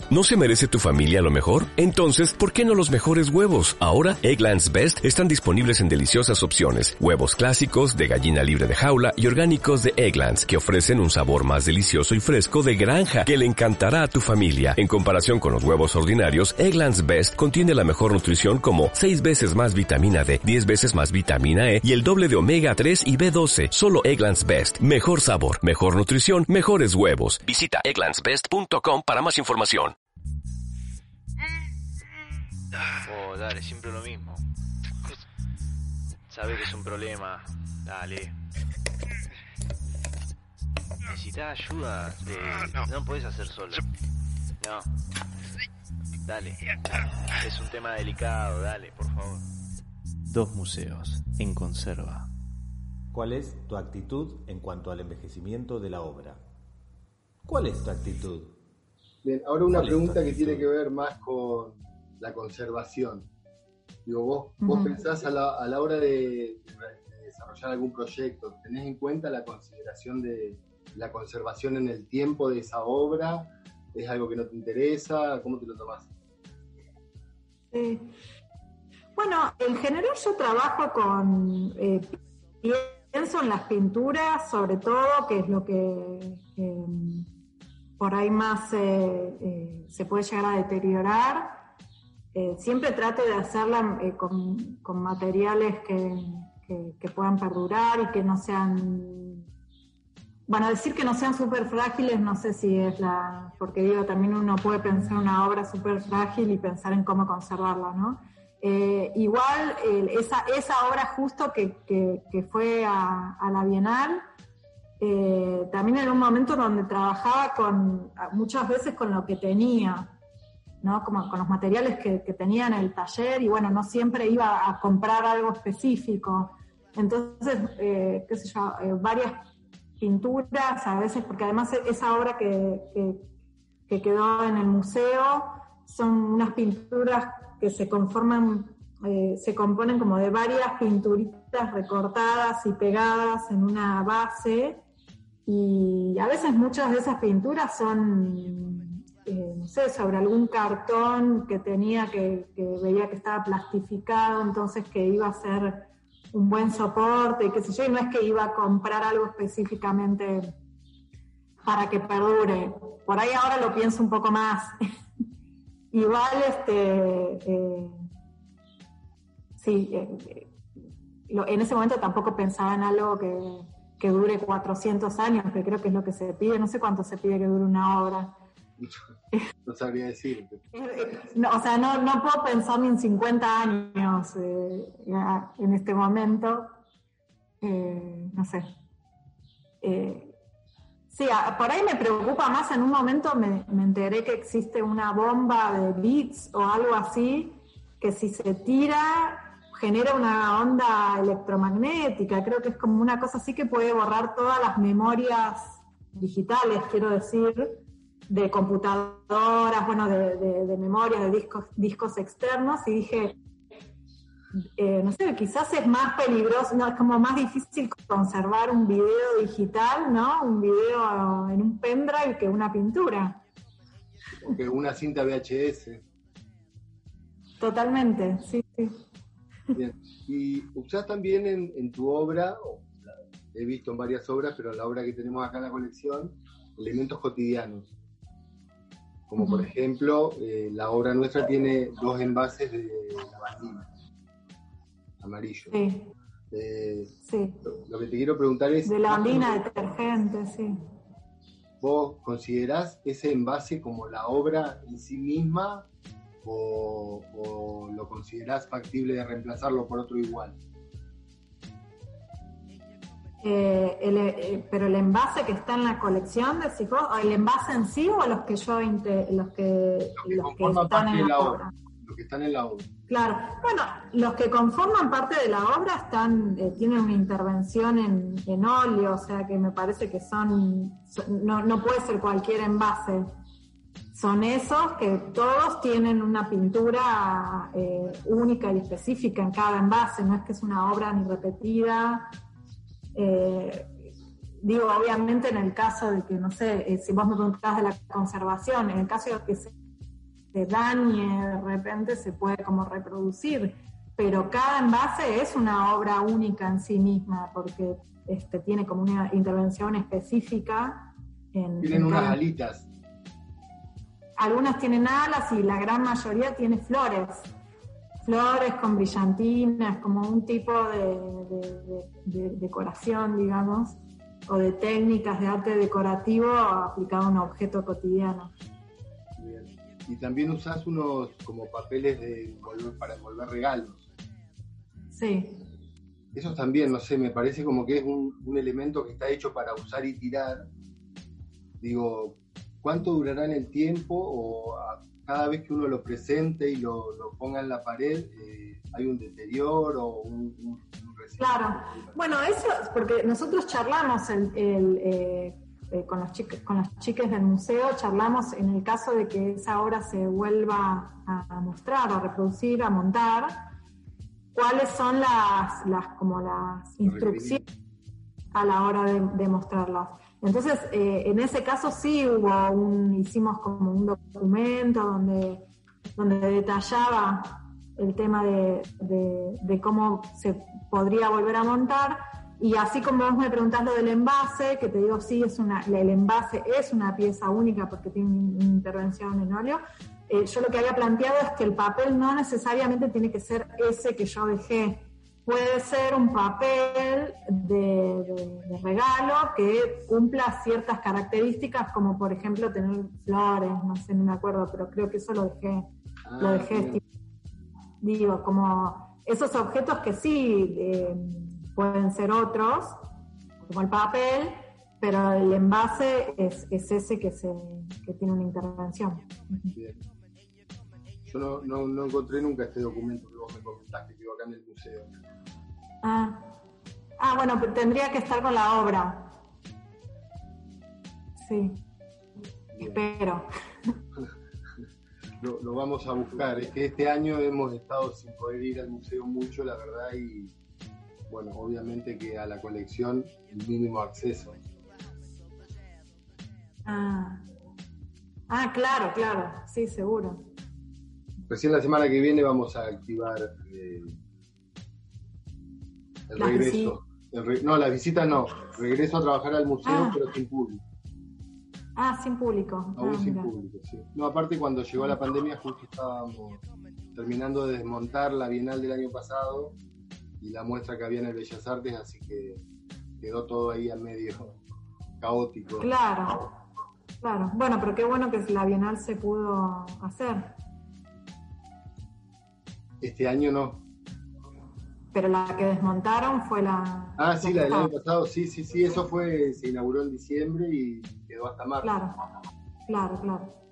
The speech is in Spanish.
¿No se merece tu familia lo mejor? Entonces, ¿por qué no los mejores huevos? Ahora, Eggland's Best están disponibles en deliciosas opciones. Huevos clásicos, de gallina libre de jaula y orgánicos de Eggland's, que ofrecen un sabor más delicioso y fresco de granja que le encantará a tu familia. En comparación con los huevos ordinarios, Eggland's Best contiene la mejor nutrición como 6 veces más vitamina D, 10 veces más vitamina E y el doble de omega 3 y B12. Solo Eggland's Best. Mejor sabor, mejor nutrición, mejores huevos. Visita egglandsbest.com para más información. Oh, dale, siempre lo mismo. Sabes que es un problema. Dale. Necesitas ayuda. No podés hacer solo. No. Dale. Es un tema delicado. Dale, por favor. Dos museos en conserva. ¿Cuál es tu actitud en cuanto al envejecimiento de la obra? ¿Cuál es tu actitud? Bien, ahora una pregunta que tiene que ver más con la conservación. Digo, vos pensás a la hora de desarrollar algún proyecto, ¿tenés en cuenta la consideración de la conservación en el tiempo de esa obra? ¿Es algo que no te interesa? ¿Cómo te lo tomás? Bueno, en general yo trabajo con... pienso en las pinturas, sobre todo, que es lo que por ahí más se puede llegar a deteriorar. Siempre trato de hacerla con materiales que puedan perdurar y que no sean... Bueno, decir que no sean súper frágiles, no sé si es porque digo, también uno puede pensar una obra súper frágil y pensar en cómo conservarla, ¿no? Igual, esa obra justo que fue a la Bienal, también en un momento donde trabajaba muchas veces con lo que tenía, ¿no? Como con los materiales que tenía en el taller, y bueno, no siempre iba a comprar algo específico. Entonces, qué sé yo, varias pinturas a veces, porque además esa obra que quedó en el museo son unas pinturas que se componen como de varias pinturitas recortadas y pegadas en una base, y a veces muchas de esas pinturas son... no sé, sobre algún cartón que tenía que veía que estaba plastificado, entonces que iba a ser un buen soporte, y qué sé yo, y no es que iba a comprar algo específicamente para que perdure. Por ahí ahora lo pienso un poco más. Igual, sí, en ese momento tampoco pensaba en algo que dure 400 años, que creo que es lo que se pide. No sé cuánto se pide que dure una obra. No sabría decir. No, o sea, no puedo pensar ni en 50 años en este momento. No sé. Sí, por ahí me preocupa más. En un momento me enteré que existe una bomba de bits o algo así, que si se tira genera una onda electromagnética. Creo que es como una cosa así que puede borrar todas las memorias digitales, quiero decir, de computadoras, bueno, de memorias, de discos externos, y dije, no sé, quizás es más peligroso, no, es como más difícil conservar un video digital, ¿no? Un video en un pendrive que una pintura. Que una cinta VHS. Totalmente, sí, sí. Bien. Y usás también en tu obra, he visto en varias obras, pero en la obra que tenemos acá en la colección, elementos cotidianos. Como por ejemplo, la obra nuestra tiene 2 envases de lavandina, amarillo. Sí. Sí. Lo que te quiero preguntar es... De lavandina, detergente, sí. ¿Vos considerás ese envase como la obra en sí misma o lo considerás factible de reemplazarlo por otro igual? Pero el envase que está en la colección, decís vos, ¿el envase en sí o los que yo los que están en la obra? Los que están en la obra. Claro, bueno, los que conforman parte de la obra tienen una intervención en óleo, o sea que me parece que no puede ser cualquier envase. Son esos que todos tienen una pintura única y específica en cada envase, no es que es una obra ni repetida. Digo, obviamente en el caso de que, no sé, si vos me preguntás de la conservación, en el caso de que se se dañe de repente se puede como reproducir, pero cada envase es una obra única en sí misma, porque tiene como una intervención específica. Tienen unas alitas. Algunas tienen alas y la gran mayoría tiene flores con brillantinas, como un tipo de decoración, digamos, o de técnicas de arte decorativo aplicado a un objeto cotidiano. Bien. Y también usás unos como papeles para envolver regalos. Sí. Eso también, no sé, me parece como que es un elemento que está hecho para usar y tirar. Digo, ¿cuánto durará en el tiempo? O cada vez que uno lo presente y lo ponga en la pared, ¿hay un deterioro o un Claro, bueno, eso es porque nosotros charlamos con los chiques del museo, charlamos en el caso de que esa obra se vuelva a mostrar, a reproducir, a montar, cuáles son las instrucciones a la hora de mostrarlas. Entonces, en ese caso sí hicimos como un documento donde detallaba el tema de cómo se podría volver a montar, y así como vos me preguntás lo del envase, que te digo sí, el envase es una pieza única porque tiene una intervención en óleo. Yo lo que había planteado es que el papel no necesariamente tiene que ser ese que yo dejé, puede ser un papel de regalo que cumpla ciertas características, como por ejemplo tener flores, no sé, no me acuerdo, pero creo que eso lo dejé. Digo, como esos objetos que sí pueden ser otros, como el papel, pero el envase es ese que tiene una intervención. Bien. Yo no encontré nunca este documento que vos me comentaste que quedó acá en el museo. Bueno, pero tendría que estar con la obra. Sí. Bien. Espero. Lo vamos a buscar. Es que este año hemos estado sin poder ir al museo mucho, la verdad, y bueno, obviamente que a la colección el mínimo acceso. Claro, sí, seguro. Recién la semana que viene vamos a activar el regreso. Las visitas no. Regreso a trabajar al museo, pero sin público. Sin público. Aún sin público, sí. No, aparte cuando llegó la pandemia justo estábamos terminando de desmontar la Bienal del año pasado y la muestra que había en el Bellas Artes, así que quedó todo ahí a medio caótico. Claro. Bueno, pero qué bueno que la Bienal se pudo hacer. Este año no. Pero la que desmontaron fue la... Sí, la del año pasado, sí, eso se inauguró en diciembre y quedó hasta marzo. Claro.